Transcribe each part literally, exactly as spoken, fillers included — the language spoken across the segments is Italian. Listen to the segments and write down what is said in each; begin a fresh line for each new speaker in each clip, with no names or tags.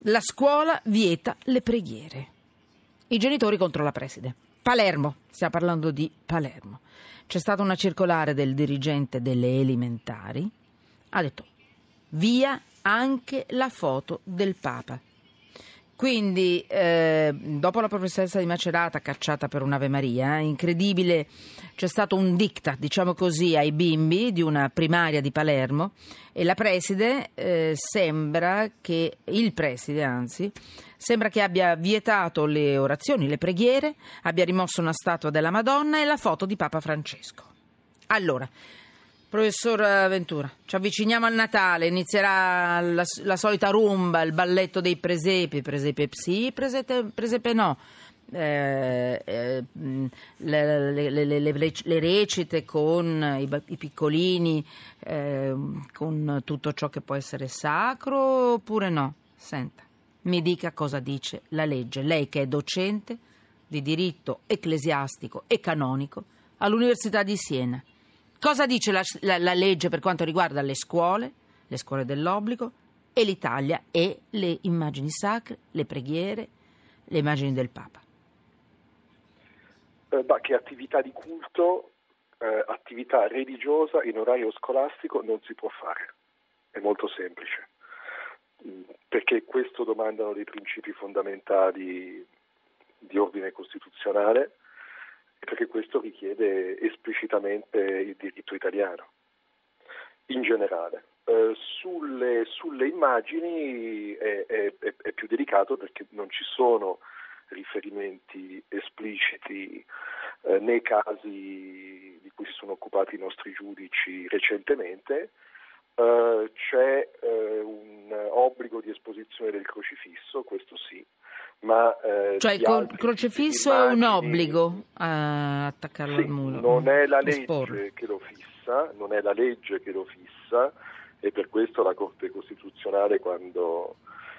La scuola vieta le preghiere. I genitori contro la preside. Palermo, stiamo parlando di Palermo. C'è stata una circolare del dirigente delle elementari. Ha detto via anche la foto del Papa. Quindi, eh, dopo la professoressa di Macerata cacciata per un'Ave Maria, eh, incredibile, c'è stato un diktat, diciamo così, ai bimbi di una primaria di Palermo e la preside eh, sembra che, il preside anzi, sembra che abbia vietato le orazioni, le preghiere, abbia rimosso una statua della Madonna e la foto di Papa Francesco. Allora, professor Ventura, ci avviciniamo al Natale, inizierà la, la solita rumba, il balletto dei presepi, presepe sì, presepe, presepe no, eh, eh, le, le, le, le, le recite con i, i piccolini, eh, con tutto ciò che può essere sacro oppure no? Senta, mi dica cosa dice la legge, lei che è docente di diritto ecclesiastico e canonico all'Università di Siena. Cosa dice la, la, la legge per quanto riguarda le scuole, le scuole dell'obbligo e l'Italia e le immagini sacre, le preghiere, le immagini del Papa?
Eh, bah, che attività di culto, eh, attività religiosa in orario scolastico non si può fare. È molto semplice. Perché questo domandano dei principi fondamentali di ordine costituzionale, perché questo richiede esplicitamente il diritto italiano in generale. Eh, sulle, sulle immagini è, è, è più delicato perché non ci sono riferimenti espliciti eh, nei casi di cui si sono occupati i nostri giudici recentemente. Uh, c'è uh, un obbligo di esposizione del crocifisso, questo sì, ma uh,
cioè il co- crocifisso immagini, è un obbligo a attaccarlo
sì,
al muro.
Non è la legge
esporre.
che lo fissa, non è la legge che lo fissa, e per questo la Corte Costituzionale, quando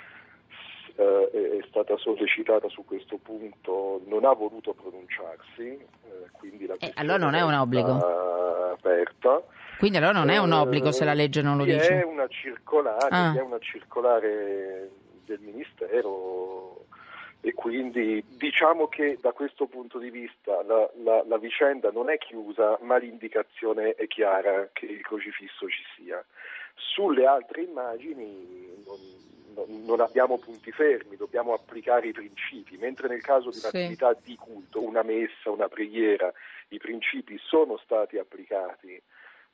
uh, è stata sollecitata su questo punto, non ha voluto pronunciarsi, uh, quindi la
eh, allora non è un obbligo
aperta.
Quindi allora non è un obbligo se la legge non lo
vi
dice?
È una circolare,
ah.
vi è una circolare del Ministero e quindi diciamo che da questo punto di vista la, la, la vicenda non è chiusa, ma l'indicazione è chiara che il crocifisso ci sia. Sulle altre immagini non, non, non abbiamo punti fermi, dobbiamo applicare i principi, mentre nel caso di un'attività sì. di culto, una messa, una preghiera, i principi sono stati applicati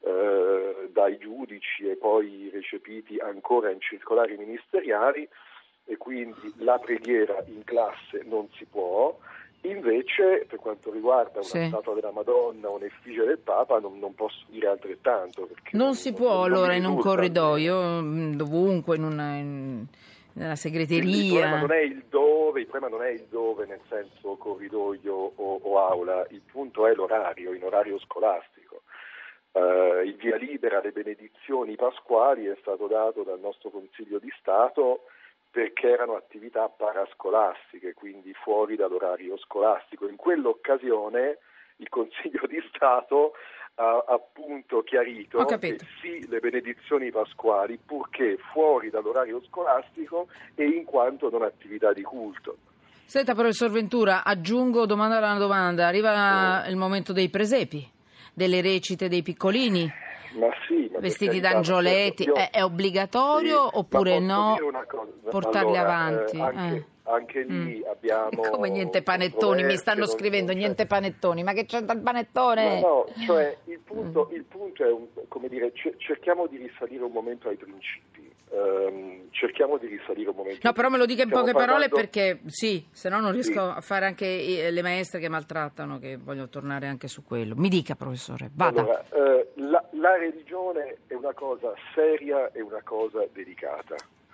Eh, dai giudici e poi recepiti ancora in circolari ministeriali, e quindi la preghiera in classe non si può. Invece per quanto riguarda una
sì.
statua della Madonna o un'effigie del Papa non, non posso dire altrettanto, perché
non
non
si
non,
può
non
allora in un corridoio
almeno.
dovunque in una in, nella segreteria.
Il, il problema non è il dove, il problema non è il dove nel senso corridoio o, o aula, il punto è l'orario, in orario scolastico. Uh, il via libera alle benedizioni pasquali è stato dato dal nostro Consiglio di Stato perché erano attività parascolastiche, quindi fuori dall'orario scolastico. In quell'occasione il Consiglio di Stato ha appunto chiarito che sì, le benedizioni pasquali, purché fuori dall'orario scolastico e in quanto non attività di culto.
Senta, professor Ventura, aggiungo domanda alla domanda. Arriva oh. il momento dei presepi, delle recite dei piccolini,
ma sì, ma
vestiti d'angioletti, certo, io, è, è obbligatorio sì, oppure no portarli
allora,
avanti?
Eh, anche,
eh.
anche lì mm. abbiamo...
Come niente panettoni, mi stanno scrivendo niente panettoni, ma che c'è dal panettone?
Ma no, cioè il punto, mm. il punto è, un, come dire, cerchiamo di risalire un momento ai principi. Um, cerchiamo di risalire un momento.
No, però me lo dica in poche
parlando...
parole perché sì, se no non riesco
sì.
a fare anche le maestre che maltrattano, che voglio tornare anche su quello. Mi dica, professore, vada.
Allora, eh, la, la religione è una cosa seria e una cosa delicata.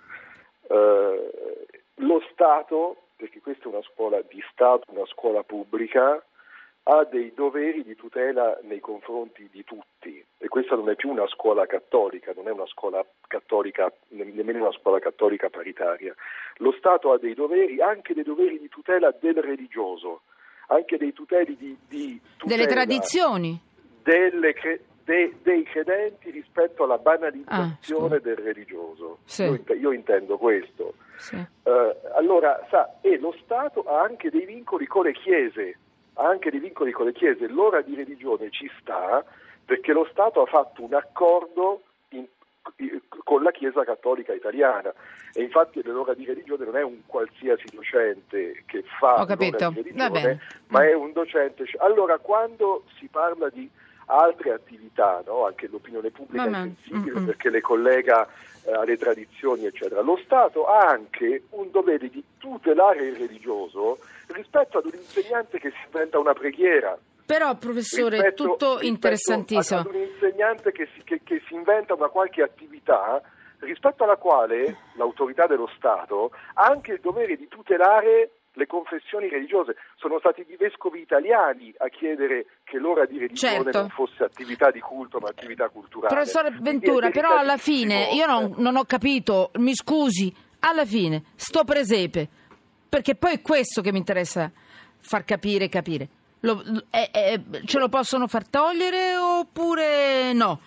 Eh, lo Stato, perché questa è una scuola di Stato, una scuola pubblica, ha dei doveri di tutela nei confronti di tutti, e questa non è più una scuola cattolica, non è una scuola cattolica, nemmeno una scuola cattolica paritaria. Lo Stato ha dei doveri, anche dei doveri di tutela del religioso, anche dei tuteli di, di tutela
delle tradizioni,
delle cre- de- dei credenti rispetto alla banalizzazione ah, del religioso.
Sì.
Io, io intendo questo.
Sì.
Eh, allora, sa, e lo Stato ha anche dei vincoli con le chiese, ha anche dei vincoli con le chiese. L'ora di religione ci sta perché lo Stato ha fatto un accordo in, con la Chiesa Cattolica Italiana, e infatti l'ora di religione non è un qualsiasi docente che fa
Ho capito.
l'ora di religione, ma è un docente. Allora, quando si parla di altre attività, no? Anche l'opinione pubblica è sensibile mm-hmm. perché le collega eh, alle tradizioni, eccetera. Lo Stato ha anche un dovere di tutelare il religioso rispetto ad un insegnante che si inventa una preghiera.
Però, professore,
rispetto,
tutto
rispetto
interessantissimo.
Ad un insegnante che si, che, che si inventa una qualche attività rispetto alla quale l'autorità dello Stato ha anche il dovere di tutelare le confessioni religiose. Sono stati i vescovi italiani a chiedere che l'ora di religione
certo.
non fosse attività di culto ma attività culturale.
Professore Ventura, però alla fine io non, non ho capito, mi scusi, alla fine sto presepe, perché poi è questo che mi interessa far capire capire. Lo, è, è, ce lo possono far togliere oppure no?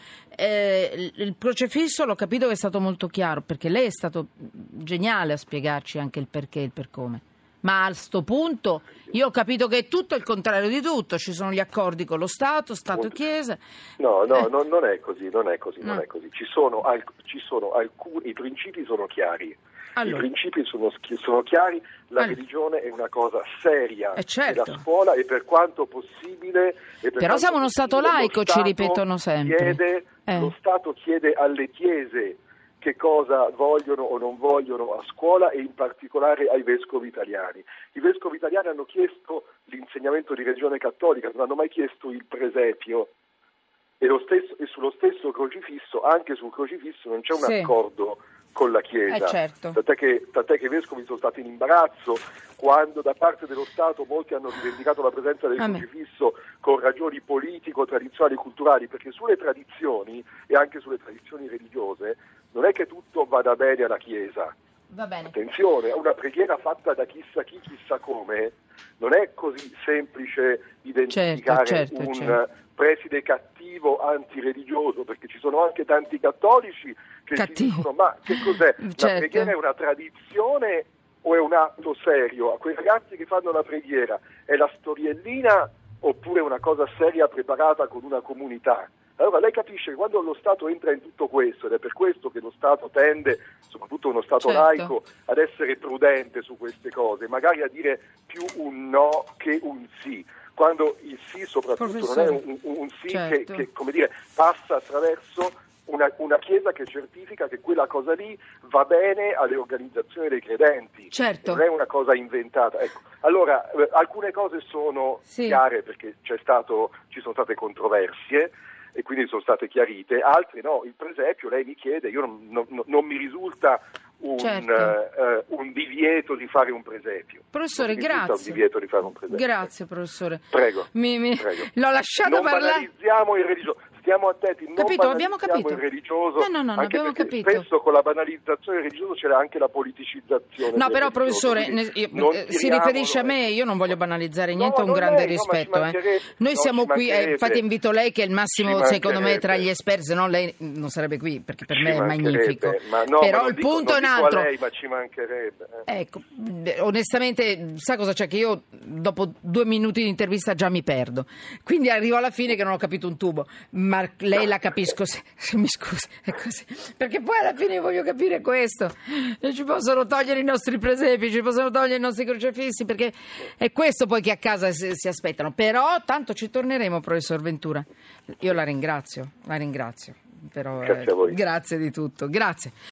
Eh, il crocefisso l'ho capito che è stato molto chiaro, perché lei è stato geniale a spiegarci anche il perché e il per come. Ma a sto punto io ho capito che è tutto il contrario di tutto, ci sono gli accordi con lo Stato, Stato e Chiesa.
No, no,
eh.
no, non è così, non è così,
no.
non è così. Ci sono, ci sono alcuni, i principi sono chiari.
Allora.
I principi sono, sono chiari, la
allora.
religione è una cosa seria
eh certo.
della scuola e per quanto possibile... E per
Però siamo uno Stato laico, ci ripetono sempre.
Chiede,
eh.
Lo Stato chiede alle chiese che cosa vogliono o non vogliono a scuola e in particolare ai vescovi italiani. I vescovi italiani hanno chiesto l'insegnamento di religione cattolica, non hanno mai chiesto il presepio. E, lo stesso, e sullo stesso crocifisso, anche sul crocifisso non c'è un
sì.
accordo con la Chiesa,
eh certo.
tant'è, che, tant'è che i vescovi sono stati in imbarazzo quando da parte dello Stato molti hanno rivendicato la presenza del
Amen.
crocifisso con ragioni politico, tradizionali e culturali, perché sulle tradizioni e anche sulle tradizioni religiose non è che tutto vada bene alla Chiesa.
Va bene.
Attenzione, una preghiera fatta da chissà chi, chissà come, non è così semplice identificare
certo, certo,
un
certo.
preside cattivo antireligioso, perché ci sono anche tanti cattolici che
Cattivo.
si dicono ma che cos'è?
Certo.
La preghiera è una tradizione o è un atto serio? A quei ragazzi che fanno la preghiera è la storiellina oppure una cosa seria preparata con una comunità? Allora lei capisce che quando lo Stato entra in tutto questo, ed è per questo che lo Stato tende, soprattutto uno Stato
certo.
laico, ad essere prudente su queste cose, magari a dire più un no che un sì, quando il sì soprattutto
Professore.
non è un, un, un sì
certo.
che, che come dire, passa attraverso una, una Chiesa che certifica che quella cosa lì va bene alle organizzazioni dei credenti,
certo.
non è una cosa inventata. Ecco. Allora, eh, alcune cose sono
sì.
chiare perché c'è stato, ci sono state controversie, e quindi sono state chiarite, altre no. Il presepio, lei mi chiede, io non, non, non mi risulta un,
certo.
uh, un divieto di fare un presepio.
Professore,
non mi risulta
grazie.
un divieto di fare un presepio.
Grazie, professore.
Prego.
Mi, mi...
Prego.
L'ho lasciato
non
parlare.
Non banalizziamo il religioso. Stiamo attenti, non
capito, abbiamo capito.
il religioso,
no, no, no,
anche
abbiamo
perché
capito.
spesso con la banalizzazione religiosa c'è anche la politicizzazione.
No, però
religioso,
professore, ne, io,
eh,
si riferisce a me, io non voglio banalizzare
no,
niente, ho un grande
lei,
rispetto.
No,
eh. Noi
no,
siamo qui, eh, infatti invito lei che è il massimo secondo me tra gli esperti, se no lei non sarebbe qui, perché per
ci
me è magnifico.
Ma no,
però
ma
il
dico,
punto è un
dico
altro.
A lei, ma ci mancherebbe. Eh.
Ecco, onestamente, sa cosa c'è? Che io dopo due minuti di intervista già mi perdo, quindi arrivo alla fine che non ho capito un tubo, ma lei la capisco, se, se mi scusi, è così, perché poi alla fine voglio capire questo, ci possono togliere i nostri presepi, ci possono togliere i nostri crocefissi, perché è questo poi che a casa si, si aspettano, però tanto ci torneremo, professor Ventura, io la ringrazio, la ringrazio, però,
grazie
eh,
a voi.
Grazie di tutto, grazie.